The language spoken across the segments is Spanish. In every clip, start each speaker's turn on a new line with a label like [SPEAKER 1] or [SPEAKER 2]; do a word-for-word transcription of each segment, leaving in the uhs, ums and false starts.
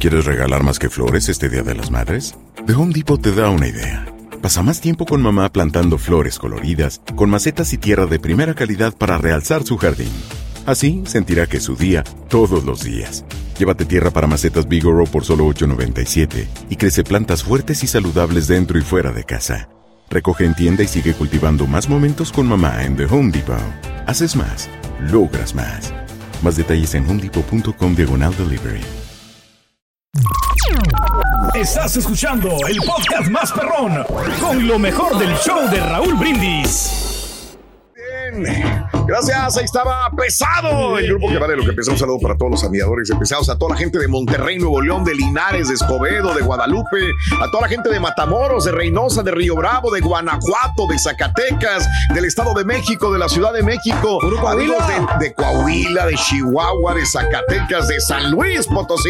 [SPEAKER 1] ¿Quieres regalar más que flores este Día de las Madres? The Home Depot te da una idea. Pasa más tiempo con mamá plantando flores coloridas, con macetas y tierra de primera calidad para realzar su jardín. Así sentirá que es su día todos los días. Llévate tierra para macetas Bigoro por solo ocho noventa y siete y crece plantas fuertes y saludables dentro y fuera de casa. Recoge en tienda y sigue cultivando más momentos con mamá en The Home Depot. Haces más, logras más. Más detalles en homedepot.com diagonal delivery.
[SPEAKER 2] Estás escuchando el podcast más perrón con lo mejor del show de Raúl Brindis.
[SPEAKER 3] Bien, gracias, ahí estaba Pesado, el grupo que vale lo que pesa. Un saludo para todos los admiradores de Pesados, a toda la gente de Monterrey, Nuevo León, de Linares, de Escobedo, de Guadalupe, a toda la gente de Matamoros, de Reynosa, de Río Bravo, de Guanajuato, de Zacatecas, del Estado de México, de la Ciudad de México, amigos de, de Coahuila, de Chihuahua, de Zacatecas, de San Luis Potosí,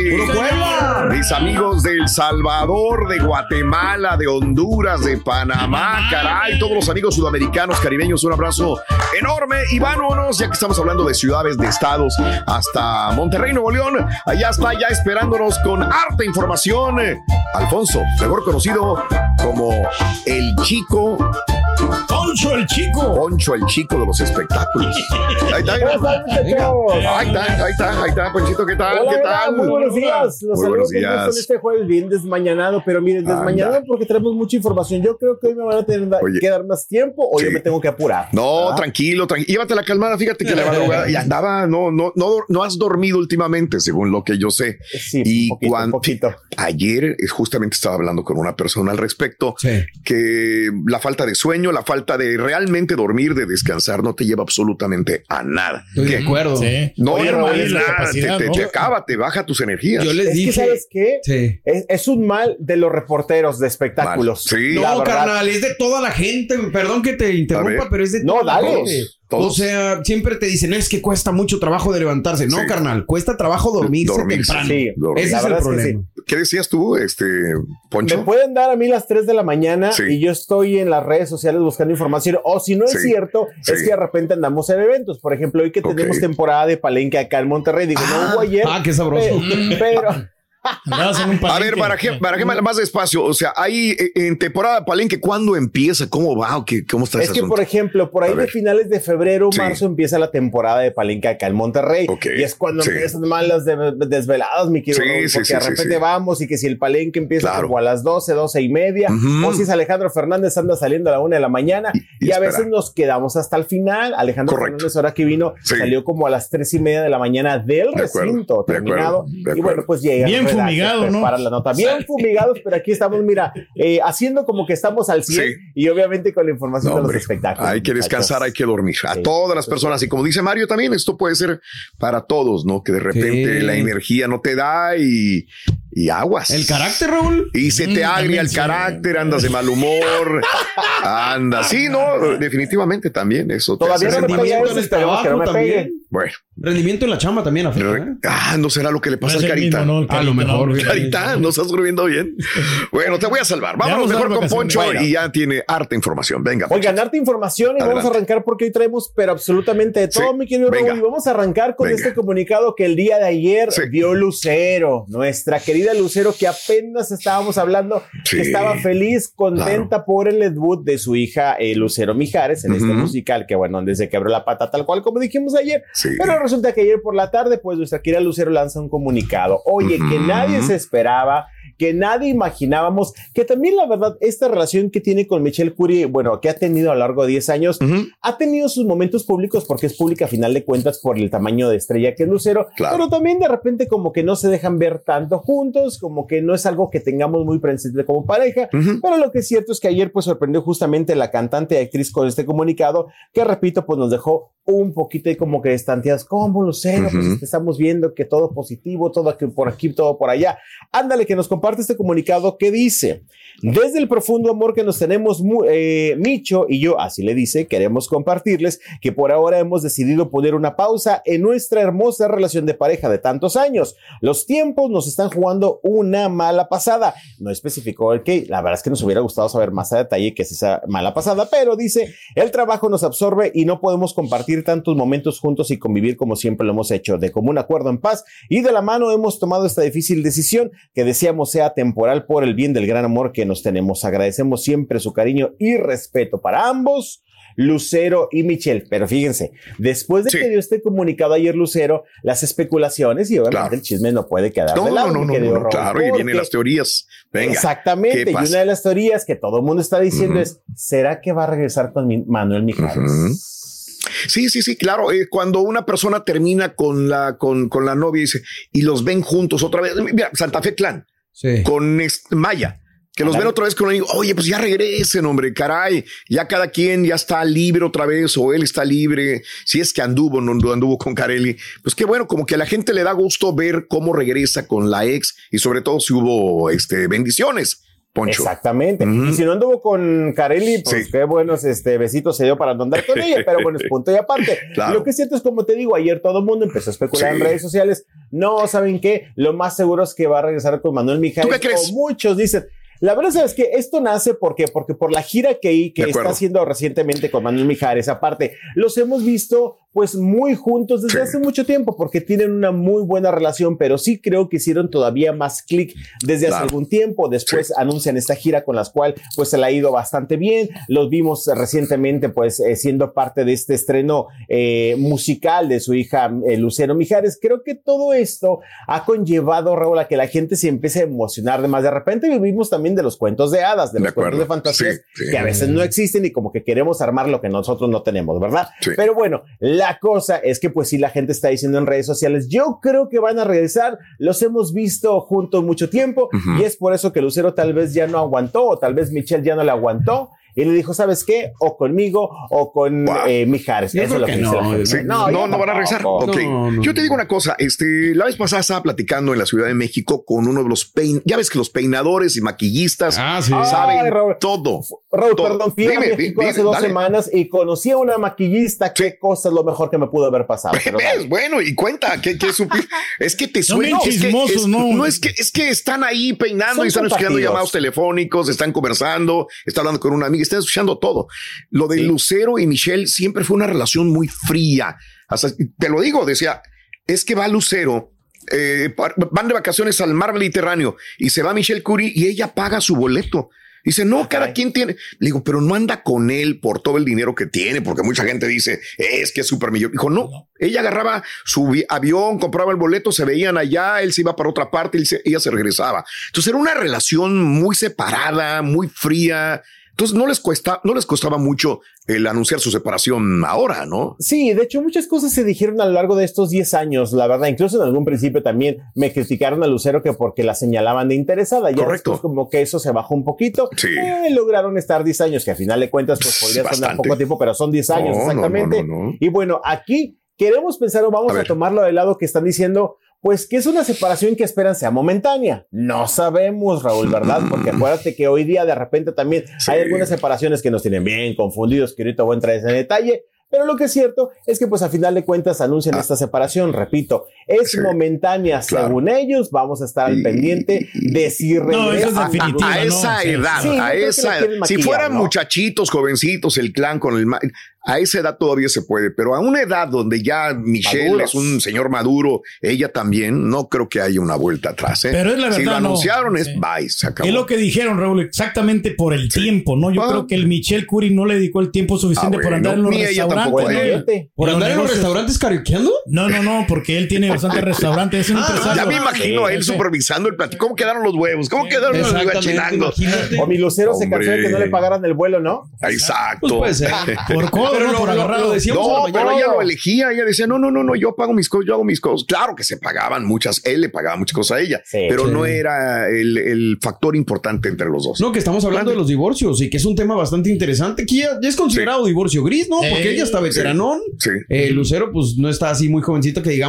[SPEAKER 3] mis amigos de El Salvador, de Guatemala, de Honduras, de Panamá, caray, todos los amigos sudamericanos, caribeños, un abrazo enorme. Y vámonos, ya que estamos hablando de ciudades, de estados, hasta Monterrey, Nuevo León. Allá está ya esperándonos con harta información Alfonso, mejor conocido como el Chico.
[SPEAKER 2] Poncho el Chico.
[SPEAKER 3] Poncho el Chico de los espectáculos. Ahí está, ahí está, ahí está, ahí está, Ponchito, ¿qué tal?
[SPEAKER 4] Hola,
[SPEAKER 3] ¿Qué tal?
[SPEAKER 4] Muy buenos días. Los
[SPEAKER 3] Muy buenos días.
[SPEAKER 4] Con este jueves bien desmañanado, pero miren, desmañanado
[SPEAKER 3] Anda.
[SPEAKER 4] porque tenemos mucha información. Yo creo que hoy me van a tener
[SPEAKER 3] Oye,
[SPEAKER 4] que dar más tiempo o
[SPEAKER 3] sí.
[SPEAKER 4] yo me tengo que apurar.
[SPEAKER 3] No,
[SPEAKER 4] ¿Ah?
[SPEAKER 3] tranquilo, tranquilo. Llévatela calmada, fíjate que la madrugada y andaba, no, no, no, no has dormido últimamente, según lo que yo sé.
[SPEAKER 4] Sí,
[SPEAKER 3] y
[SPEAKER 4] un poquito,
[SPEAKER 3] cuando,
[SPEAKER 4] un poquito.
[SPEAKER 3] Ayer justamente estaba hablando con una persona al respecto,
[SPEAKER 5] Sí.
[SPEAKER 3] que la falta de sueño, la falta de realmente dormir, de descansar, no te lleva absolutamente a nada.
[SPEAKER 5] Estoy de acuerdo.
[SPEAKER 2] Sí.
[SPEAKER 3] No,
[SPEAKER 2] Oye,
[SPEAKER 3] no,
[SPEAKER 2] Raúl,
[SPEAKER 3] es
[SPEAKER 2] la
[SPEAKER 3] nada,
[SPEAKER 2] capacidad,
[SPEAKER 3] te, te,
[SPEAKER 2] ¿no?
[SPEAKER 3] te acaba, te baja tus energías.
[SPEAKER 5] Yo les
[SPEAKER 4] Es
[SPEAKER 5] dije.
[SPEAKER 4] que, ¿sabes qué?
[SPEAKER 5] Sí.
[SPEAKER 4] Es, es un mal de los reporteros de espectáculos.
[SPEAKER 3] Mal. Sí.
[SPEAKER 4] La
[SPEAKER 5] No,
[SPEAKER 4] verdad.
[SPEAKER 5] carnal, es de toda la gente. Perdón que te
[SPEAKER 3] A ver.
[SPEAKER 5] interrumpa, pero es de
[SPEAKER 4] No,
[SPEAKER 5] toda la
[SPEAKER 4] dale.
[SPEAKER 5] gente.
[SPEAKER 3] Todos.
[SPEAKER 5] O sea, siempre te dicen, no, es que cuesta mucho trabajo de levantarse. No,
[SPEAKER 3] Sí.
[SPEAKER 5] carnal, cuesta trabajo dormirse,
[SPEAKER 3] Dormirse.
[SPEAKER 5] temprano.
[SPEAKER 4] Sí,
[SPEAKER 3] Dormir.
[SPEAKER 5] Ese
[SPEAKER 4] la
[SPEAKER 5] es el
[SPEAKER 4] verdad es que
[SPEAKER 5] problema.
[SPEAKER 4] sí.
[SPEAKER 3] ¿Qué decías tú, este, Poncho?
[SPEAKER 4] Me pueden dar a mí las tres de la mañana
[SPEAKER 3] Sí.
[SPEAKER 4] y yo estoy en las redes sociales buscando información. O si no es
[SPEAKER 3] Sí.
[SPEAKER 4] cierto,
[SPEAKER 3] Sí.
[SPEAKER 4] es que de repente andamos en eventos. Por ejemplo, hoy que
[SPEAKER 3] Ok.
[SPEAKER 4] tenemos temporada de palenque acá en Monterrey. Digo, no hubo ayer.
[SPEAKER 5] Ah, qué sabroso.
[SPEAKER 4] pe- Pero,
[SPEAKER 2] Andabas en un
[SPEAKER 3] A
[SPEAKER 2] palenque.
[SPEAKER 3] ver, Barajé, Barajé, más despacio. O sea, ahí eh, en temporada palenque, ¿cuándo empieza? ¿Cómo va? ¿O qué, ¿Cómo está
[SPEAKER 4] es
[SPEAKER 3] ese
[SPEAKER 4] que,
[SPEAKER 3] asunto?
[SPEAKER 4] por ejemplo, por
[SPEAKER 3] A
[SPEAKER 4] ahí de
[SPEAKER 3] ver.
[SPEAKER 4] finales de febrero,
[SPEAKER 3] Sí.
[SPEAKER 4] marzo, empieza la temporada de palenque acá en Monterrey.
[SPEAKER 3] Ok.
[SPEAKER 4] Y es cuando
[SPEAKER 3] Sí.
[SPEAKER 4] empiezan más las de- desveladas, mi querido
[SPEAKER 3] Sí,
[SPEAKER 4] Raúl,
[SPEAKER 3] sí,
[SPEAKER 4] porque
[SPEAKER 3] sí,
[SPEAKER 4] de
[SPEAKER 3] sí,
[SPEAKER 4] repente
[SPEAKER 3] sí.
[SPEAKER 4] vamos y que si el palenque empieza
[SPEAKER 3] Claro.
[SPEAKER 4] como a las doce, doce y media,
[SPEAKER 3] Ujú.
[SPEAKER 4] o si es Alejandro Fernández anda saliendo a la una de la mañana,
[SPEAKER 3] Y-
[SPEAKER 4] y,
[SPEAKER 3] y
[SPEAKER 4] a
[SPEAKER 3] espera.
[SPEAKER 4] veces nos quedamos hasta el final. Alejandro
[SPEAKER 3] Correcto.
[SPEAKER 4] Fernández, ahora que vino,
[SPEAKER 3] Sí.
[SPEAKER 4] salió como a las tres y media de la mañana del
[SPEAKER 3] De acuerdo,
[SPEAKER 4] recinto
[SPEAKER 3] de
[SPEAKER 4] terminado.
[SPEAKER 3] acuerdo, de
[SPEAKER 4] Y
[SPEAKER 3] acuerdo.
[SPEAKER 4] bueno, pues llega.
[SPEAKER 2] Bien
[SPEAKER 4] redacta,
[SPEAKER 2] fumigado, ¿no?
[SPEAKER 4] prepara la nota. Bien fumigados, pero aquí estamos, mira, eh, haciendo como que estamos al cien
[SPEAKER 3] Sí.
[SPEAKER 4] y obviamente con la información
[SPEAKER 3] No,
[SPEAKER 4] de los
[SPEAKER 3] hombre,
[SPEAKER 4] espectáculos.
[SPEAKER 3] hay que descansar, hay
[SPEAKER 4] muchachos.
[SPEAKER 3] que dormir. A
[SPEAKER 4] Sí.
[SPEAKER 3] todas las personas. Y como dice Mario también, esto puede ser para todos, ¿no? Que de repente
[SPEAKER 5] Sí.
[SPEAKER 3] la energía no te da y, y aguas.
[SPEAKER 5] El carácter, Raúl.
[SPEAKER 3] Y se te
[SPEAKER 2] Mm,
[SPEAKER 3] agria
[SPEAKER 2] también
[SPEAKER 3] el
[SPEAKER 2] sí.
[SPEAKER 3] carácter, andas de mal humor. Anda. Sí, no, definitivamente también. Eso te
[SPEAKER 4] Todavía
[SPEAKER 3] hace
[SPEAKER 4] no me
[SPEAKER 3] sentir-
[SPEAKER 4] pega
[SPEAKER 5] Rendimiento
[SPEAKER 4] eso,
[SPEAKER 5] en el
[SPEAKER 4] esperemos que no me
[SPEAKER 5] trabajo
[SPEAKER 4] pegue.
[SPEAKER 5] también.
[SPEAKER 3] Bueno,
[SPEAKER 5] Rendimiento en la chamba también afecta,
[SPEAKER 3] re-
[SPEAKER 5] ¿eh?
[SPEAKER 3] ah, no será lo que le
[SPEAKER 2] No
[SPEAKER 3] pasa
[SPEAKER 2] es
[SPEAKER 3] al
[SPEAKER 2] el
[SPEAKER 3] Carita.
[SPEAKER 2] mismo, ¿no? El
[SPEAKER 5] A lo
[SPEAKER 2] Carita,
[SPEAKER 5] mejor,
[SPEAKER 2] no.
[SPEAKER 5] fíjate.
[SPEAKER 3] Carita, ¿no estás durmiendo bien? Bueno, te voy a salvar. Vámonos
[SPEAKER 2] Veamos
[SPEAKER 3] mejor
[SPEAKER 2] las
[SPEAKER 3] con
[SPEAKER 2] vacaciones.
[SPEAKER 3] Poncho
[SPEAKER 2] Bueno.
[SPEAKER 3] y ya tiene harta información. Venga.
[SPEAKER 4] Oigan,
[SPEAKER 3] Ponchito.
[SPEAKER 4] harta información y
[SPEAKER 3] Adelante.
[SPEAKER 4] vamos a arrancar porque hoy traemos pero absolutamente de todo,
[SPEAKER 3] Sí.
[SPEAKER 4] mi querido
[SPEAKER 3] Venga.
[SPEAKER 4] Raúl. Y vamos a arrancar con
[SPEAKER 3] Venga.
[SPEAKER 4] este comunicado que el día de ayer
[SPEAKER 3] Sí.
[SPEAKER 4] vio Lucero, nuestra querida Lucero, que apenas estábamos hablando,
[SPEAKER 3] Sí.
[SPEAKER 4] que estaba feliz, contenta por el debut de su hija eh, Lucero Mijares en este
[SPEAKER 3] Ujú.
[SPEAKER 4] musical, que bueno, desde que abrió la pata tal cual como dijimos ayer.
[SPEAKER 3] Sí.
[SPEAKER 4] Pero resulta que ayer por la tarde, pues nuestra querida Lucero lanza un comunicado. Oye, que
[SPEAKER 3] Ujú.
[SPEAKER 4] nadie se esperaba, que nadie imaginábamos, que también la verdad, esta relación que tiene con Michelle Curie, bueno, que ha tenido a lo largo de diez años,
[SPEAKER 3] Ujú.
[SPEAKER 4] ha tenido sus momentos públicos porque es pública a final de cuentas por el tamaño de estrella que es Lucero,
[SPEAKER 3] Claro.
[SPEAKER 4] pero también de repente como que no se dejan ver tanto juntos, como que no es algo que tengamos muy presente como pareja,
[SPEAKER 3] Ujú.
[SPEAKER 4] pero lo que es cierto es que ayer pues sorprendió justamente la cantante y actriz con este comunicado que repito pues nos dejó un poquito ahí como que estanteados, como Lucero,
[SPEAKER 3] Ujú.
[SPEAKER 4] pues estamos viendo que todo positivo, todo aquí por aquí, todo por allá. Ándale, que nos comparte comparte este comunicado que dice: desde el profundo amor que nos tenemos, eh, Micho y yo, así le dice, queremos compartirles que por ahora hemos decidido poner una pausa en nuestra hermosa relación de pareja de tantos años. Los tiempos nos están jugando una mala pasada. No especificó el que, la verdad es que nos hubiera gustado saber más a detalle qué es esa mala pasada, pero dice, el trabajo nos absorbe y no podemos compartir tantos momentos juntos y convivir como siempre lo hemos hecho. De común acuerdo, en paz y de la mano hemos tomado esta difícil decisión que deseamos sea temporal por el bien del gran amor que nos tenemos. Agradecemos siempre su cariño y respeto para ambos, Lucero y Michelle. Pero fíjense, después de sí. que dio este comunicado ayer Lucero, las especulaciones y obviamente claro. el chisme no puede quedar
[SPEAKER 3] no,
[SPEAKER 4] de lado.
[SPEAKER 3] No, no, no, no, no claro, y vienen las teorías. Venga,
[SPEAKER 4] exactamente, y una de las teorías que todo el mundo está diciendo uh-huh. es, ¿será que va a regresar con Manuel Mijares? Uh-huh.
[SPEAKER 3] Sí, sí, sí, claro. Eh, cuando una persona termina con la, con, con la novia y dice, y los ven juntos otra vez, mira, Santa Fe Clan, sí. con este, Maya, que los ven otra vez con el digo, oye, pues ya regresen, hombre, caray, ya cada quien ya está libre otra vez, o él está libre, si es que anduvo, no anduvo con Carelli, pues qué bueno, como que a la gente le da gusto ver cómo regresa con la ex, y sobre todo si hubo este, bendiciones. Poncho.
[SPEAKER 4] Exactamente. Mm-hmm. Y si no anduvo con Carelli, pues sí. qué buenos este, besitos se dio para no andar con ella, pero bueno, es punto y aparte. Claro. Lo que es cierto es, como te digo, ayer todo el mundo empezó a especular sí. en redes sociales. No, ¿saben qué? Lo más seguro es que va a regresar con Manuel Mijares.
[SPEAKER 3] ¿Tú qué crees?
[SPEAKER 4] O muchos dicen. La verdad es que esto nace porque, porque por la gira que, que está haciendo recientemente con Manuel Mijares. Aparte, los hemos visto pues muy juntos desde sí. hace mucho tiempo porque tienen una muy buena relación, pero sí creo que hicieron todavía más clic desde claro. hace algún tiempo. Después sí. anuncian esta gira con la cual pues se la ha ido bastante bien. Los vimos recientemente pues eh, siendo parte de este estreno eh, musical de su hija eh, Lucero Mijares. Creo que todo esto ha conllevado, Raúl, a que la gente se empiece a emocionar de más. De repente vivimos también de los cuentos de hadas, de, de los acuerdo. cuentos de fantasías sí, sí. que a veces no existen y como que queremos armar lo que nosotros no tenemos, ¿verdad? Sí. Pero bueno, la La cosa es que pues sí, la gente está diciendo en redes sociales, yo creo que van a regresar, los hemos visto juntos mucho tiempo uh-huh. y es por eso que Lucero tal vez ya no aguantó o tal vez Michelle ya no le aguantó y le dijo, ¿sabes qué? O conmigo o con wow. eh, Mijares. Eso es lo que, que
[SPEAKER 3] no, dice la sí. no, no, no van a regresar. Okay. No, no, Yo te digo una cosa, este, la vez pasada estaba platicando en la Ciudad de México con uno de los pein, ya ves que los peinadores y maquillistas ah, sí. saben Ay, Raúl. todo.
[SPEAKER 4] Raúl,
[SPEAKER 3] todo.
[SPEAKER 4] perdón, fui a México dime, hace dime, dos dale. semanas y conocí a una maquillista. Sí. Qué cosa es lo mejor que me pudo haber pasado.
[SPEAKER 3] Pero ¿ves? Bueno, y cuenta que, que supi, es que te suena.
[SPEAKER 2] No,
[SPEAKER 3] es, que, es,
[SPEAKER 2] no.
[SPEAKER 3] no es que es que están ahí peinando Son y están escuchando llamados telefónicos, están conversando, están hablando con una amiga, están escuchando todo. Lo de sí. Lucero y Michelle siempre fue una relación muy fría. Hasta, te lo digo, decía, es que va Lucero, eh, van de vacaciones al mar Mediterráneo y se va Michelle Curry y ella paga su boleto. Dice, no, cada quien tiene. Le digo, pero no anda con él por todo el dinero que tiene, porque mucha gente dice, es que es súper millonario. Dijo, no, no, ella agarraba su avión, compraba el boleto, se veían allá, él se iba para otra parte, él se, ella se regresaba. Entonces era una relación muy separada, muy fría. Entonces no les cuesta, no les costaba mucho el anunciar su separación ahora, ¿no?
[SPEAKER 4] Sí, de hecho muchas cosas se dijeron a lo largo de estos diez años, la verdad. Incluso en algún principio también me criticaron a Lucero que porque la señalaban de interesada. Ya Correcto. Después como que eso se bajó un poquito. Sí. Eh, lograron estar diez años, que a final de cuentas pues podría Bastante. sonar poco tiempo, pero son diez años no, exactamente. No, no, no, no. Y bueno, aquí queremos pensar o vamos a, a tomarlo del lado que están diciendo, pues que es una separación que esperan sea momentánea. No sabemos, Raúl, ¿verdad? Porque acuérdate que hoy día de repente también sí. hay algunas separaciones que nos tienen bien confundidos, que ahorita voy a entrar en ese detalle. Pero lo que es cierto es que pues a final de cuentas anuncian ah. esta separación, repito, es sí, momentánea claro. según ellos, vamos a estar al pendiente de si regresa.
[SPEAKER 2] No, eso es definitivo,
[SPEAKER 3] a, a esa
[SPEAKER 2] no,
[SPEAKER 3] edad,
[SPEAKER 2] sí,
[SPEAKER 3] a esa edad. Si fueran ¿no? muchachitos, jovencitos, el clan con el... A esa edad todavía se puede, pero a una edad donde ya Michelle Maduros. es un señor maduro, ella también, no creo que haya una vuelta atrás. ¿eh?
[SPEAKER 2] Pero es la verdad,
[SPEAKER 3] si lo anunciaron
[SPEAKER 2] no,
[SPEAKER 3] es
[SPEAKER 2] sí.
[SPEAKER 3] bye, se acabó.
[SPEAKER 2] Es lo que dijeron, Raúl, exactamente por el sí. tiempo, ¿no? Yo ah. creo que el Michelle Curry no le dedicó el tiempo suficiente ah, bueno, por andar en los restaurantes.
[SPEAKER 5] ¿Por andar en los restaurantes karaokeando?
[SPEAKER 2] No, no, no, porque él tiene bastantes restaurantes, es un
[SPEAKER 3] ah,
[SPEAKER 2] empresario.
[SPEAKER 3] Ya me imagino a él supervisando el platillo. ¿Cómo quedaron los huevos? ¿Cómo quedaron los huevos?
[SPEAKER 4] O mi Lucero se cansó de que no le pagaran el vuelo, ¿no?
[SPEAKER 3] Exacto.
[SPEAKER 5] Pues puede ser.
[SPEAKER 2] Por codo, no, por agarrado.
[SPEAKER 3] No, pero ella lo elegía, ella decía, no, no, no, no, yo pago mis cosas, yo hago mis cosas. Claro que se pagaban muchas, él le pagaba muchas cosas a ella, sí, pero sí. no era el, el factor importante entre los dos.
[SPEAKER 5] No, que estamos hablando de los divorcios y que es un tema bastante interesante, que ya, ya es considerado sí. divorcio gris, ¿no? Porque eh, ella está veteranón, sí. eh, Lucero pues no está así muy jovencito que digamos,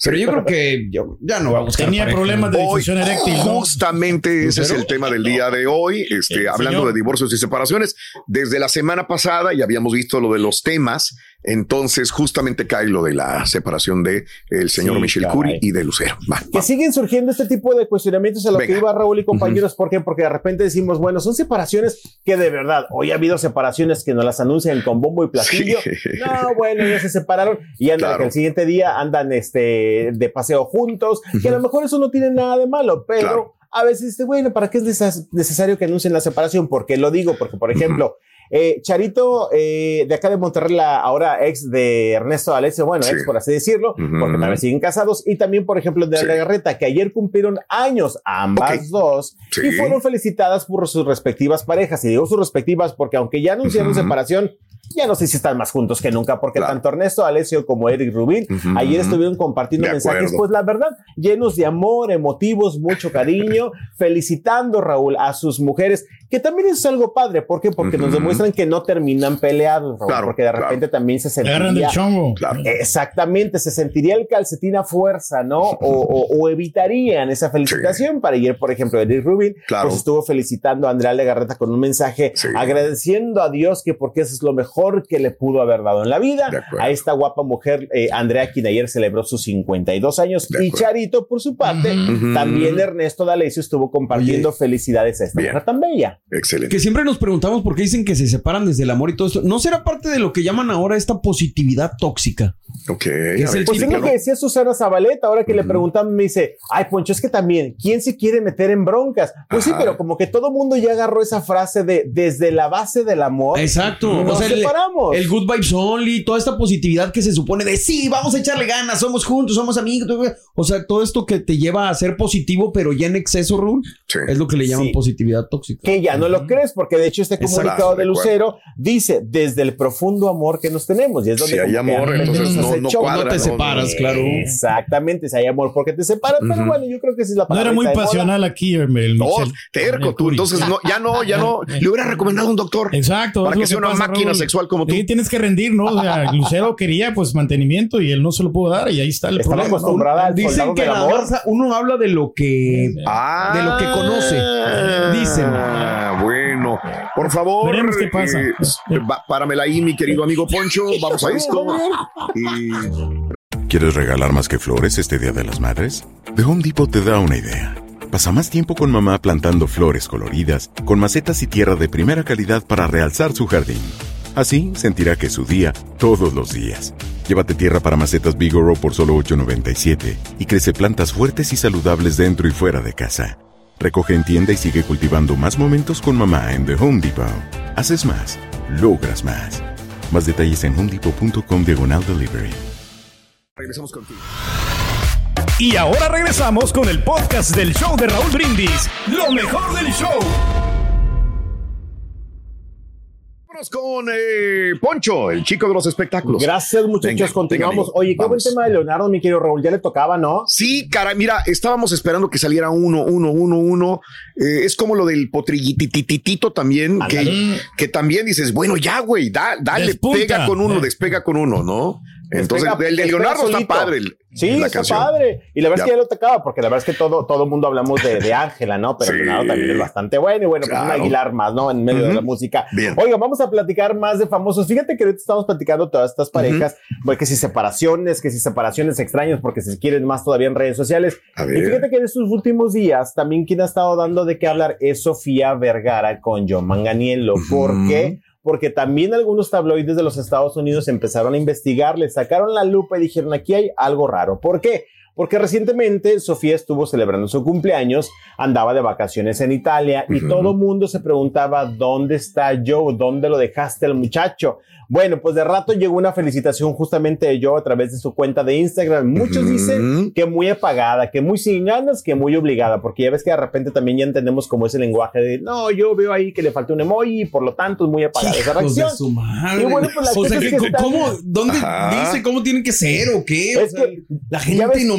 [SPEAKER 5] Pero yo creo que yo, ya no va a buscar
[SPEAKER 2] Tenía
[SPEAKER 5] pareja.
[SPEAKER 2] problemas de disfunción eréctil, ¿no?
[SPEAKER 3] Justamente ese es el tema del día de hoy, este,
[SPEAKER 2] Sí,
[SPEAKER 3] hablando
[SPEAKER 2] señor.
[SPEAKER 3] de divorcios y separaciones. Desde la semana pasada ya habíamos visto lo de los temas, entonces justamente cae lo de la separación de el señor
[SPEAKER 4] Sí,
[SPEAKER 3] Michel
[SPEAKER 4] caray.
[SPEAKER 3] Cury y de Lucero. Va,
[SPEAKER 4] Que
[SPEAKER 3] va.
[SPEAKER 4] siguen surgiendo este tipo de cuestionamientos a lo
[SPEAKER 3] Venga.
[SPEAKER 4] que iba Raúl y compañeros. ¿Por qué? Porque de repente decimos, bueno, son separaciones que de verdad, hoy ha habido separaciones que nos las anuncian con bombo y platillo.
[SPEAKER 3] Sí.
[SPEAKER 4] No, bueno, ya se separaron y andan
[SPEAKER 3] Claro.
[SPEAKER 4] que el siguiente día andan este, de paseo juntos, que a lo mejor eso no tiene nada de malo, pero
[SPEAKER 3] Claro.
[SPEAKER 4] a veces, este, bueno, ¿para qué es neces- necesario que anuncien la separación? ¿Por qué lo digo? Porque, por ejemplo, Eh, Charito, eh, de acá de Monterrey, la ahora ex de Ernesto D'Alessio, bueno,
[SPEAKER 3] Sí.
[SPEAKER 4] ex por así decirlo,
[SPEAKER 3] Ujú.
[SPEAKER 4] porque también siguen casados, y también, por ejemplo, de
[SPEAKER 3] Sí.
[SPEAKER 4] la Garreta, que ayer cumplieron años ambas
[SPEAKER 3] Ok.
[SPEAKER 4] dos,
[SPEAKER 3] Sí.
[SPEAKER 4] y fueron felicitadas por sus respectivas parejas. Y digo sus respectivas porque aunque ya anunciaron
[SPEAKER 3] Ujú.
[SPEAKER 4] separación, ya no sé si están más juntos que nunca, porque
[SPEAKER 3] Claro.
[SPEAKER 4] tanto Ernesto D'Alessio como Eric Rubin
[SPEAKER 3] Ujú.
[SPEAKER 4] ayer estuvieron compartiendo
[SPEAKER 3] De
[SPEAKER 4] mensajes,
[SPEAKER 3] acuerdo.
[SPEAKER 4] pues la verdad, llenos de amor, emotivos, mucho cariño, felicitando, Raúl, a sus mujeres, que también es algo padre. ¿Por qué? Porque nos
[SPEAKER 3] Ujú.
[SPEAKER 4] demuestran que no terminan peleados, Raúl,
[SPEAKER 3] Claro,
[SPEAKER 4] porque de
[SPEAKER 3] claro.
[SPEAKER 4] repente también se
[SPEAKER 2] Agarran del
[SPEAKER 4] sentiría...
[SPEAKER 2] chongo.
[SPEAKER 3] Claro.
[SPEAKER 4] Exactamente, se sentiría el calcetín a fuerza, ¿no? O, o- o evitarían esa felicitación. Para ayer, por ejemplo, Eric Rubin,
[SPEAKER 3] Claro.
[SPEAKER 4] pues estuvo felicitando a Andrea Legarreta con un mensaje
[SPEAKER 3] Sí.
[SPEAKER 4] agradeciendo a Dios que porque eso es lo mejor que le pudo haber dado en la vida.
[SPEAKER 3] De acuerdo.
[SPEAKER 4] A esta guapa mujer, eh, Andrea, quien ayer celebró sus cincuenta y dos años.
[SPEAKER 3] De
[SPEAKER 4] Y
[SPEAKER 3] acuerdo.
[SPEAKER 4] Charito, por su parte,
[SPEAKER 3] Ujú.
[SPEAKER 4] también Ernesto D'Alessio estuvo compartiendo felicidades a esta
[SPEAKER 3] Bien.
[SPEAKER 4] mujer tan bella.
[SPEAKER 3] Excelente.
[SPEAKER 5] Que siempre nos preguntamos por qué dicen que se separan desde el amor y todo esto. ¿No será parte de lo que llaman ahora esta positividad tóxica?
[SPEAKER 3] Ok.
[SPEAKER 5] es
[SPEAKER 3] a ver,
[SPEAKER 5] el
[SPEAKER 4] Pues
[SPEAKER 3] sí,
[SPEAKER 4] es lo
[SPEAKER 3] claro.
[SPEAKER 4] que decía Susana Zabaleta, ahora que le
[SPEAKER 3] Ujú.
[SPEAKER 4] preguntan, me dice, ay, Poncho, es que también, ¿quién se quiere meter en broncas? Pues sí,
[SPEAKER 3] Ajá.
[SPEAKER 4] pero como que todo mundo ya agarró esa frase de desde la base del amor.
[SPEAKER 5] Exacto.
[SPEAKER 4] Nos
[SPEAKER 5] O sea, el,
[SPEAKER 4] separamos.
[SPEAKER 5] el good vibes only, toda esta positividad que se supone de sí, vamos a echarle ganas, somos juntos, somos amigos. O sea, todo esto que te lleva a ser positivo, pero ya en exceso, Raúl,
[SPEAKER 3] Sí.
[SPEAKER 5] es lo que le llaman
[SPEAKER 4] Sí.
[SPEAKER 5] positividad tóxica.
[SPEAKER 4] Que ya no lo crees, porque de hecho este
[SPEAKER 5] Exacto.
[SPEAKER 4] comunicado de
[SPEAKER 3] De acuerdo.
[SPEAKER 4] Lucero dice desde el profundo amor que nos tenemos. Y es donde
[SPEAKER 3] Si hay
[SPEAKER 4] como que
[SPEAKER 3] amor,
[SPEAKER 4] a-
[SPEAKER 3] entonces
[SPEAKER 4] nos
[SPEAKER 3] no, no
[SPEAKER 4] echó.
[SPEAKER 3] cuadra.
[SPEAKER 5] No te separas, claro.
[SPEAKER 4] Exactamente, si hay amor porque te separas, pero
[SPEAKER 3] Ujú.
[SPEAKER 4] bueno, yo creo que sí es la
[SPEAKER 2] No
[SPEAKER 4] palabra.
[SPEAKER 2] era muy pasional aquí, el, el
[SPEAKER 3] No,
[SPEAKER 2] Michel.
[SPEAKER 3] terco
[SPEAKER 2] El
[SPEAKER 3] tú.
[SPEAKER 2] Curi.
[SPEAKER 3] Entonces, no, ya no, ya no. Le hubiera recomendado un doctor.
[SPEAKER 2] Exacto.
[SPEAKER 3] Para
[SPEAKER 2] es
[SPEAKER 3] que
[SPEAKER 2] lo
[SPEAKER 3] sea una
[SPEAKER 2] pasa,
[SPEAKER 3] máquina
[SPEAKER 2] Raúl.
[SPEAKER 3] sexual como tú.
[SPEAKER 2] Sí, tienes que rendir, ¿no? O sea, Lucero quería pues mantenimiento y él no se lo pudo dar y ahí está el
[SPEAKER 4] Estaba
[SPEAKER 2] problema.
[SPEAKER 4] acostumbrada al
[SPEAKER 5] Dicen
[SPEAKER 4] soldado
[SPEAKER 5] que
[SPEAKER 4] del
[SPEAKER 5] nada
[SPEAKER 4] amor.
[SPEAKER 5] más uno habla de lo que
[SPEAKER 3] Ah,
[SPEAKER 5] de lo que conoce. Dicen.
[SPEAKER 3] Ah, bueno. Por favor.
[SPEAKER 2] Veremos qué pasa.
[SPEAKER 3] eh, va- páramela ahí, mi querido amigo Poncho. Vamos a esto. Y
[SPEAKER 1] ¿Quieres regalar más que flores este Día de las Madres? The Home Depot te da una idea. Pasa más tiempo con mamá plantando flores coloridas, con macetas y tierra de primera calidad para realzar su jardín. Así sentirá que es su día todos los días. Llévate tierra para macetas Bigoro por solo ocho noventa y siete y crece plantas fuertes y saludables dentro y fuera de casa. Recoge en tienda y sigue cultivando más momentos con mamá en The Home Depot. Haces más, logras más. Más detalles en homedepot.com diagonal delivery.
[SPEAKER 3] regresamos contigo.
[SPEAKER 6] Y ahora regresamos con el podcast del show de Raúl Brindis. Lo mejor del show.
[SPEAKER 3] Vámonos con eh, Poncho, el chico de los espectáculos.
[SPEAKER 4] Gracias, muchachos.
[SPEAKER 3] Venga,
[SPEAKER 4] Continuamos.
[SPEAKER 3] venga,
[SPEAKER 4] Oye, qué buen
[SPEAKER 3] vamos.
[SPEAKER 4] tema de Leonardo, mi querido Raúl. Ya le tocaba, ¿no?
[SPEAKER 3] Sí, cara, mira, estábamos esperando que saliera uno, uno, uno, uno. Eh, es como lo del potrillitititito también, que, que también dices, bueno, ya, güey, da, dale,
[SPEAKER 2] Despunta.
[SPEAKER 3] pega con uno,
[SPEAKER 2] Eh.
[SPEAKER 3] despega con uno, ¿no? Entonces,
[SPEAKER 4] Despega-
[SPEAKER 3] el de
[SPEAKER 4] despega
[SPEAKER 3] Leonardo está
[SPEAKER 4] solito.
[SPEAKER 3] padre. el-
[SPEAKER 4] Sí,
[SPEAKER 3] la
[SPEAKER 4] está
[SPEAKER 3] canción.
[SPEAKER 4] padre. Y la verdad
[SPEAKER 3] Ya.
[SPEAKER 4] es que ya lo tocaba, porque la verdad es que todo todo mundo hablamos de de Ángela, ¿no? Pero
[SPEAKER 3] Sí.
[SPEAKER 4] Leonardo también es bastante bueno. Y bueno, pues un
[SPEAKER 3] Claro.
[SPEAKER 4] Aguilar más, ¿no? En medio de
[SPEAKER 3] Ujú.
[SPEAKER 4] la música.
[SPEAKER 3] Bien.
[SPEAKER 4] Oiga, vamos a platicar más de famosos. Fíjate que ahorita estamos platicando todas estas parejas, pues, que si separaciones, que si separaciones extrañas, porque se quieren más todavía en redes sociales.
[SPEAKER 3] A
[SPEAKER 4] Y
[SPEAKER 3] ver.
[SPEAKER 4] fíjate que en estos últimos días también quien ha estado dando de qué hablar es Sofía Vergara con John Manganiello. ¿Por
[SPEAKER 3] Ujú.
[SPEAKER 4] qué? Porque también algunos tabloides de los Estados Unidos empezaron a investigar, le sacaron la lupa y dijeron, aquí hay algo raro. ¿Por qué? Porque recientemente Sofía estuvo celebrando su cumpleaños, andaba de vacaciones en Italia y
[SPEAKER 3] Ujú.
[SPEAKER 4] todo mundo se preguntaba, ¿dónde está Joe? ¿Dónde lo dejaste al muchacho? Bueno, pues de rato llegó una felicitación justamente de Joe a través de su cuenta de Instagram. Muchos
[SPEAKER 3] Ujú.
[SPEAKER 4] dicen que muy apagada, que muy sin ganas, que muy obligada, porque ya ves que de repente también ya entendemos cómo es el lenguaje de, no, yo veo ahí que le falta un emoji y por lo tanto es muy apagada esa
[SPEAKER 5] Hijos
[SPEAKER 4] reacción.
[SPEAKER 5] de su madre.
[SPEAKER 4] Y bueno, pues la
[SPEAKER 5] o sea,
[SPEAKER 4] cosa es
[SPEAKER 5] que,
[SPEAKER 4] que está-
[SPEAKER 5] ¿cómo? ¿Dónde
[SPEAKER 3] Ajá.
[SPEAKER 5] dice cómo tiene que ser o qué? O
[SPEAKER 4] Es
[SPEAKER 5] sea,
[SPEAKER 4] que,
[SPEAKER 5] la
[SPEAKER 4] ya
[SPEAKER 5] gente
[SPEAKER 4] ves-
[SPEAKER 5] nomás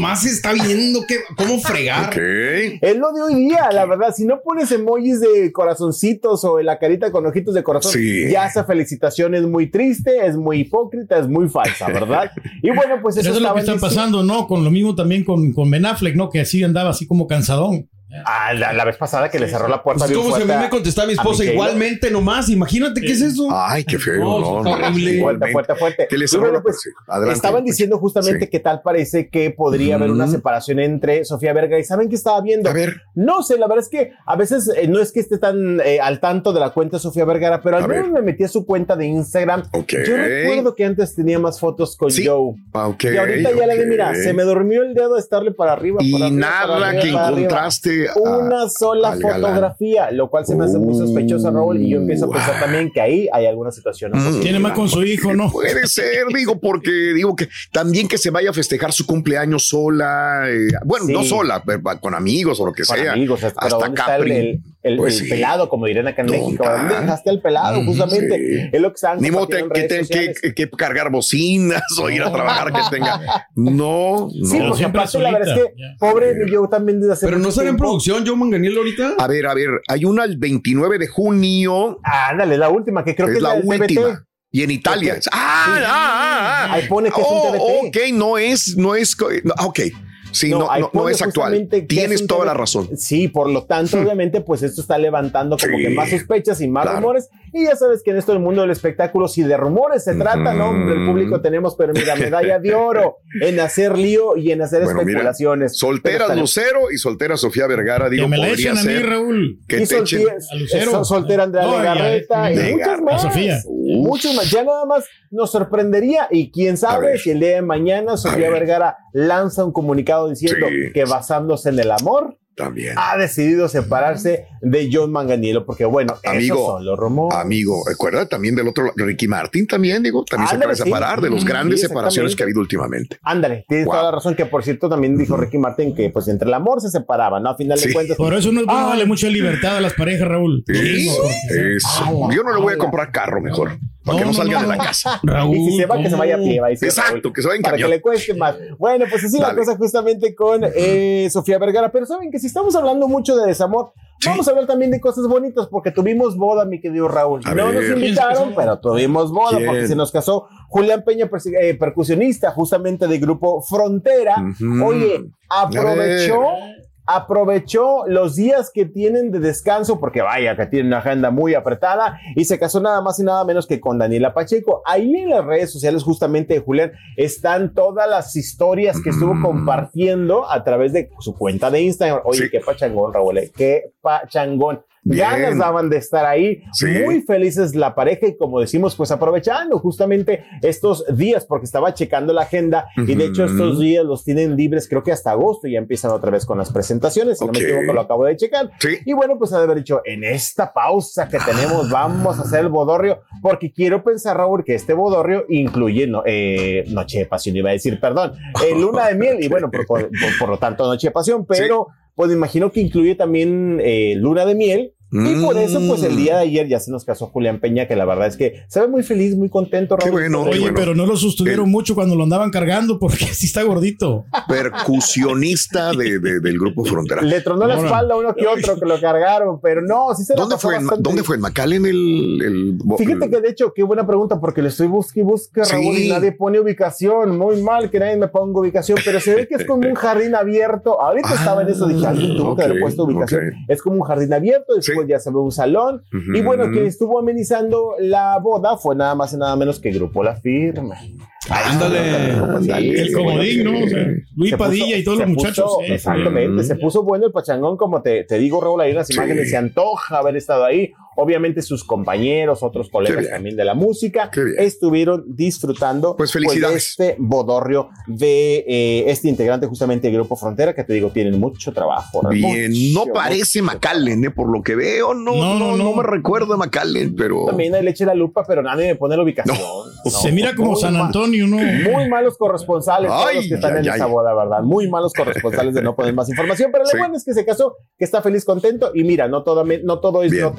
[SPEAKER 5] nomás está viendo que, cómo fregar.
[SPEAKER 3] Okay.
[SPEAKER 4] Es lo de hoy día, la verdad. Si no pones emojis de corazoncitos o en la carita con ojitos de corazón, sí. ya esa felicitación es muy triste, es muy hipócrita, es muy falsa, ¿verdad? Y bueno, pues eso,
[SPEAKER 2] eso es lo que está diciendo. pasando, ¿no? Con lo mismo también con, con Ben Affleck, ¿no? Que así andaba así como cansadón.
[SPEAKER 4] Ah, la, la vez pasada que le cerró la puerta.
[SPEAKER 5] Es como si a mí me contestaba mi esposa, igualmente nomás. Imagínate sí. qué es eso.
[SPEAKER 3] Ay, qué feo. No, no,
[SPEAKER 4] horrible. Fuerte, fuerte, fuerte.
[SPEAKER 3] Que le cerró la puerta.
[SPEAKER 4] Pues, estaban diciendo justamente sí. que tal parece que podría mm. haber una separación entre Sofía Vergara. ¿Y saben qué estaba viendo?
[SPEAKER 3] A ver.
[SPEAKER 4] No sé, la verdad es que a veces eh, no es que esté tan eh, al tanto de la cuenta de Sofía Vergara, pero al menos me metí a su cuenta de Instagram.
[SPEAKER 3] Okay.
[SPEAKER 4] Yo recuerdo que antes tenía más fotos con
[SPEAKER 3] sí.
[SPEAKER 4] Joe.
[SPEAKER 3] Okay.
[SPEAKER 4] Y ahorita
[SPEAKER 3] okay.
[SPEAKER 4] ya le di, mira, se me durmió el dedo de estarle para arriba.
[SPEAKER 3] Y
[SPEAKER 4] para arriba,
[SPEAKER 3] nada
[SPEAKER 4] para arriba,
[SPEAKER 3] que
[SPEAKER 4] para
[SPEAKER 3] encontraste.
[SPEAKER 4] Arriba. Una sola fotografía, lo cual se me hace muy sospechoso, Raúl, y yo empiezo a pensar también que ahí hay alguna situación.
[SPEAKER 2] Mm. Tiene más con su hijo, ¿no?
[SPEAKER 3] Puede ser, digo, porque digo que también que se vaya a festejar su cumpleaños sola, eh, bueno, sí. no sola, con amigos o lo que
[SPEAKER 4] con
[SPEAKER 3] sea.
[SPEAKER 4] Amigos, hasta Capri. El, el,
[SPEAKER 3] pues
[SPEAKER 4] el
[SPEAKER 3] sí.
[SPEAKER 4] pelado, como dirán acá en ¿Dónde México. ¿Dónde dejaste el pelado? Mm, justamente. Sí. Es lo que están.
[SPEAKER 3] Ni modo que tengan que, que cargar bocinas o ir a trabajar que tenga. No, no.
[SPEAKER 4] Sí, porque aparte la verdad es que yeah. pobre yo también desde hace
[SPEAKER 5] Pero no sale en producción Joe Manganiello ahorita.
[SPEAKER 3] A ver, a ver, hay una el veintinueve de junio.
[SPEAKER 4] Ándale, la última, que creo
[SPEAKER 3] es
[SPEAKER 4] que es
[SPEAKER 3] la,
[SPEAKER 4] la
[SPEAKER 3] última.
[SPEAKER 4] T V T.
[SPEAKER 3] Y en Italia. Sí. Ah, sí. ah, ah, ah.
[SPEAKER 4] Ahí pone que es
[SPEAKER 3] oh,
[SPEAKER 4] un T V T.
[SPEAKER 3] Ok, no es, no es, no, ok. Sí, no, no, no, no es actual. Tienes es toda T V T. La razón.
[SPEAKER 4] Sí, por lo tanto, obviamente, pues esto está levantando como sí, que más sospechas y más claro. rumores. Y ya sabes que en esto del mundo del espectáculo, si de rumores se trata, mm. ¿no? Del público tenemos, pero mira, medalla de oro en hacer lío y en hacer bueno, especulaciones.
[SPEAKER 3] Mira, soltera Lucero y soltera Sofía Vergara, digo,
[SPEAKER 2] que me la
[SPEAKER 3] podría
[SPEAKER 2] echen
[SPEAKER 3] ser.
[SPEAKER 2] A mí, Raúl.
[SPEAKER 3] Que
[SPEAKER 4] y
[SPEAKER 3] te echen.
[SPEAKER 4] A Lucero. Soltera Andrea no, Legarreta y muchas más.
[SPEAKER 2] A Sofía.
[SPEAKER 4] Muchos más. Ya nada más nos sorprendería y quién sabe si el día de mañana Sofía Vergara lanza un comunicado diciendo sí. que basándose en el amor
[SPEAKER 3] también
[SPEAKER 4] ha decidido separarse de John Manganiello, porque bueno,
[SPEAKER 3] amigo,
[SPEAKER 4] esos son los rumores.
[SPEAKER 3] Amigo, recuerda también del otro, Ricky Martin también, digo, también Ándale, se puede separar sí. de los grandes sí, separaciones que ha habido últimamente.
[SPEAKER 4] Ándale, tienes wow. toda la razón, que por cierto también dijo Ricky Martin que pues entre el amor se separaban, ¿no? A final
[SPEAKER 3] sí.
[SPEAKER 4] de cuentas.
[SPEAKER 2] Por eso no es bueno ah. darle mucha libertad a las parejas, Raúl.
[SPEAKER 3] Eso, eso. Yo no le voy a comprar carro mejor. Para no, que no, no salga no, de la casa.
[SPEAKER 4] Raúl, y si se va, que se vaya a pie. Va a decir,
[SPEAKER 3] exacto,
[SPEAKER 4] Raúl,
[SPEAKER 3] que se vaya en
[SPEAKER 4] para
[SPEAKER 3] camión.
[SPEAKER 4] Que le cueste más. Bueno, pues así Dale. La cosa justamente con eh, Sofía Vergara. Pero saben que si estamos hablando mucho de desamor, sí. vamos a hablar también de cosas bonitas, porque tuvimos boda, mi querido Raúl. A no ver. Nos invitaron, pero tuvimos boda, ¿Quién? Porque se nos casó Julián Peña, eh, percusionista justamente del grupo Frontera. Uh-huh. Oye, aprovechó... aprovechó los días que tienen de descanso, porque vaya que tiene una agenda muy apretada, y se casó nada más y nada menos que con Daniela Pacheco. Ahí en las redes sociales justamente de Julián están todas las historias que estuvo compartiendo a través de su cuenta de Instagram. Oye, sí. qué pachangón, Raúl, ¿eh? Qué pachangón. Bien. Ganas daban de estar ahí, sí. muy felices la pareja, y como decimos, pues aprovechando justamente estos días, porque estaba checando la agenda, uh-huh. y de hecho estos días los tienen libres, creo que hasta agosto, y ya empiezan otra vez con las presentaciones, si okay. no me equivoco, lo acabo de checar,
[SPEAKER 3] sí.
[SPEAKER 4] y bueno, pues ha de haber dicho, en esta pausa que tenemos, vamos a hacer el bodorrio, porque quiero pensar, Raúl, que este bodorrio incluye no, eh, Noche de Pasión, iba a decir, perdón, eh, Luna de Miel, y bueno, por, por, por, por lo tanto Noche de Pasión, pero... Sí. Pues imagino que incluye también eh, Luna de Miel. Mm. Y por eso, pues el día de ayer ya se nos casó Julián Peña, que la verdad es que se ve muy feliz, muy contento.
[SPEAKER 3] Qué bueno.
[SPEAKER 2] Oye,
[SPEAKER 3] bueno.
[SPEAKER 2] pero no lo sostuvieron eh. mucho cuando lo andaban cargando, porque sí está gordito.
[SPEAKER 3] Percusionista de, de, del grupo Frontera.
[SPEAKER 4] Le tronó la espalda a uno que otro que lo cargaron, pero no, sí se
[SPEAKER 3] ¿Dónde fue? En, ¿Dónde fue? ¿En McAllen? El, el,
[SPEAKER 4] Fíjate
[SPEAKER 3] el...
[SPEAKER 4] que de hecho, qué buena pregunta, porque le estoy busque y busque, Raúl, sí. y nadie pone ubicación. Muy mal que nadie me ponga ubicación, pero se ve que es como un jardín abierto. Ahorita ah, estaba en eso, dije, alguien tuvo okay, que haber puesto ubicación. Okay. Es como un jardín abierto, después sí. ya se ve un salón. Uh-huh. Y bueno, quien estuvo amenizando la boda fue nada más y nada menos que Grupo La Firma.
[SPEAKER 2] Ándale, el comodín, ¿no? O sea, Luis se Padilla puso, y todos los muchachos.
[SPEAKER 4] Puso, sí. Exactamente, uh-huh. se puso bueno el pachangón, como te, te digo, Raúl, hay unas sí. imágenes, se antoja haber estado ahí. Obviamente sus compañeros, otros colegas también de la música, estuvieron disfrutando
[SPEAKER 3] pues felicidades.
[SPEAKER 4] Pues, este bodorrio de eh, este integrante justamente del Grupo Frontera, que te digo, tienen mucho trabajo.
[SPEAKER 3] Bien,
[SPEAKER 4] mucho,
[SPEAKER 3] no parece McAllen, eh, por lo que veo, no, no, no, no, no me recuerdo a McAllen, pero...
[SPEAKER 4] También ahí le eché la lupa, pero nadie me pone la ubicación. No.
[SPEAKER 2] No, se mira como San Antonio, ¿no?
[SPEAKER 4] Muy malos corresponsales, ay, todos los que están ay, en ay, esa boda, ¿verdad? Muy malos corresponsales de no poner más información, pero lo sí. bueno es que se casó, que está feliz, contento, y mira, no todo, no todo es Bien. no tan negativo.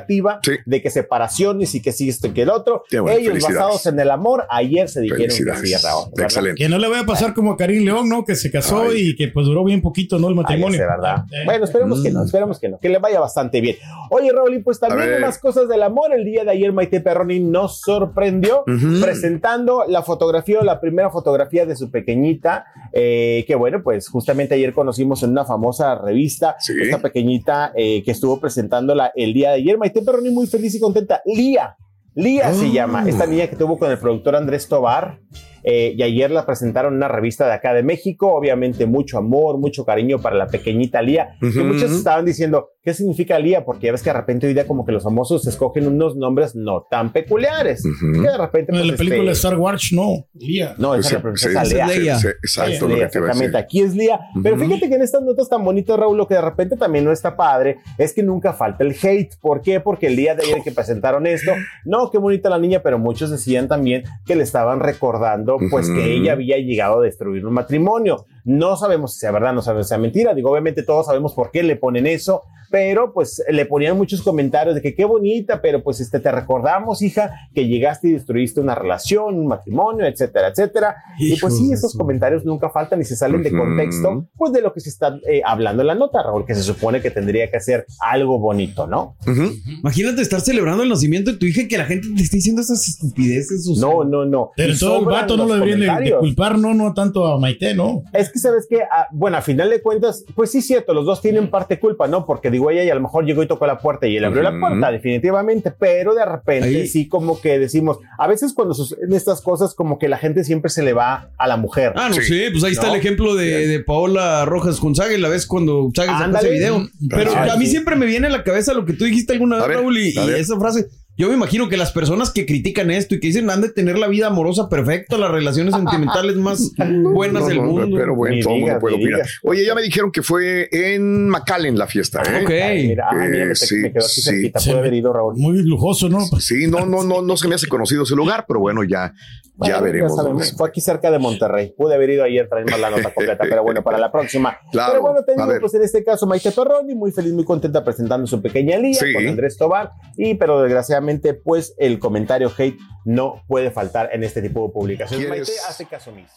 [SPEAKER 4] negativa, sí. de que separaciones y que sí esto y que el otro. Bueno, ellos basados en el amor, ayer se dijeron que sí, Raúl.
[SPEAKER 2] Excelente. Que no le vaya a pasar como a Karim León, ¿no? Que se casó Ay. y que pues duró bien poquito, ¿no? El matrimonio.
[SPEAKER 4] Ay, ¿verdad? Eh. Bueno, esperemos mm. que no, esperemos que no, que le vaya bastante bien. Oye, Raúl, y pues también en más cosas del amor, el día de ayer Maite Perroni nos sorprendió uh-huh. presentando la fotografía o la primera fotografía de su pequeñita, eh, que bueno, pues justamente ayer conocimos en una famosa revista, ¿sí? esta pequeñita eh, que estuvo presentándola el día de ayer. Maite Perroni muy feliz y contenta. Lía, Lía oh. se llama, esta niña que tuvo con el productor Andrés Tobar. Eh, y ayer la presentaron en una revista de acá de México, obviamente mucho amor, mucho cariño para la pequeñita Lía, uh-huh. que muchos estaban diciendo, ¿qué significa Lía? Porque ya ves que de repente hoy día como que los famosos escogen unos nombres no tan peculiares, uh-huh. que de repente...
[SPEAKER 2] Pues,
[SPEAKER 5] en
[SPEAKER 2] la película este, Star Wars, no, Lía.
[SPEAKER 4] No, esa es pues la princesa Lía. Exacto, Lía, exactamente, aquí es Lía, uh-huh. pero fíjate que en estas notas tan bonitas, Raúl, lo que de repente también no está padre, es que nunca falta el hate. ¿Por qué? Porque el día de ayer que presentaron esto, no, qué bonita la niña, pero muchos decían también que le estaban recordando pues que ella había llegado a destruir un matrimonio. No sabemos si sea verdad, no sabemos si sea mentira. Digo, obviamente todos sabemos por qué le ponen eso, pero pues le ponían muchos comentarios de que qué bonita, pero pues este, te recordamos, hija, que llegaste y destruiste una relación, un matrimonio, etcétera, etcétera. Hijo y pues sí, esos eso. comentarios nunca faltan y se salen uh-huh. de contexto, pues de lo que se está eh, hablando en la nota, Raúl, que se supone que tendría que hacer algo bonito, ¿no?
[SPEAKER 5] Uh-huh. Imagínate estar celebrando el nacimiento de tu hija y que la gente te esté diciendo esas estupideces. O sea.
[SPEAKER 4] No, no, no.
[SPEAKER 2] Pero todo el vato no lo deberían de, de culpar, no, no tanto a Maite, ¿no?
[SPEAKER 4] Es que sabes que, ah, bueno, a final de cuentas, pues sí, cierto, los dos tienen parte culpa, ¿no? Porque digo, ella y a lo mejor llegó y tocó la puerta y él abrió uh-huh. la puerta, definitivamente, pero de repente Ahí. sí como que decimos, a veces cuando suceden estas cosas, como que la gente siempre se le va a la mujer.
[SPEAKER 5] Ah, no, sí, sí pues ahí ¿no? está el ejemplo de, de Paola Rojas con Sague, la vez cuando Sague sacó ese video. Pero Ay, a mí sí. siempre me viene a la cabeza lo que tú dijiste alguna vez, Raúl, y, y esa frase. Yo me imagino que las personas que critican esto y que dicen han de tener la vida amorosa perfecta, las relaciones sentimentales más buenas no, del no, mundo.
[SPEAKER 3] Pero bueno, todo mundo puede opinar. Oye, ya me dijeron que fue en McAllen la fiesta, ¿eh?
[SPEAKER 5] Ok.
[SPEAKER 4] Ay, mira, eh, mira, me,
[SPEAKER 3] sí,
[SPEAKER 4] me quedó aquí
[SPEAKER 3] sí,
[SPEAKER 4] cerquita,
[SPEAKER 3] sí.
[SPEAKER 4] puede haber ido, Raúl.
[SPEAKER 2] Muy lujoso, ¿no?
[SPEAKER 3] Sí, no, no, no, no se me hace conocido ese lugar, pero bueno, ya, bueno, ya veremos.
[SPEAKER 4] Ya sabemos, fue aquí cerca de Monterrey. Pude haber ido ayer, traemos la nota completa, pero bueno, para la próxima.
[SPEAKER 3] Claro,
[SPEAKER 4] pero bueno, te digo, pues en este caso, Maite Perroni, muy feliz, muy contenta presentando su pequeña Lía sí. con Andrés Tobar, y pero desgraciadamente, pues, el comentario hate no puede faltar en este tipo de publicaciones. Maite hace caso omiso.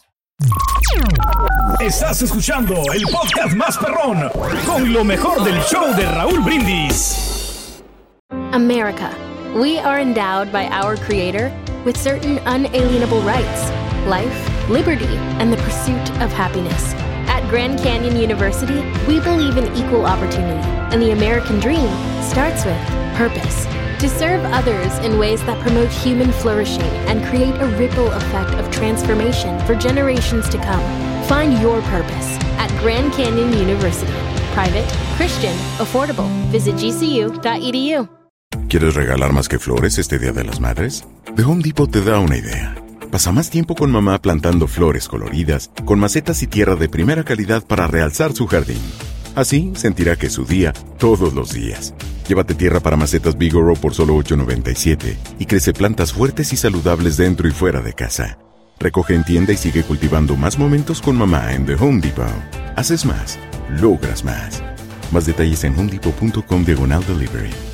[SPEAKER 6] Estás escuchando el podcast más perrón con lo mejor del show de Raúl Brindis.
[SPEAKER 7] America, we are endowed by our Creator with certain unalienable rights, life, liberty, and the pursuit of happiness. At Grand Canyon University, we believe in equal opportunity, and the American dream starts with purpose. To serve others in ways that promote human flourishing and create a ripple effect of transformation for generations to come. Find your purpose at Grand Canyon University. Private, Christian, affordable. Visit g c u dot e d u.
[SPEAKER 1] ¿Quieres regalar más que flores este Día de las Madres? The Home Depot te da una idea. Pasa más tiempo con mamá plantando flores coloridas, con macetas y tierra de primera calidad para realzar su jardín. Así sentirá que es su día todos los días. Llévate tierra para macetas Bigoro por solo ocho noventa y siete y crece plantas fuertes y saludables dentro y fuera de casa. Recoge en tienda y sigue cultivando más momentos con mamá en The Home Depot. Haces más, logras más. Más detalles en homedepot punto com diagonal delivery.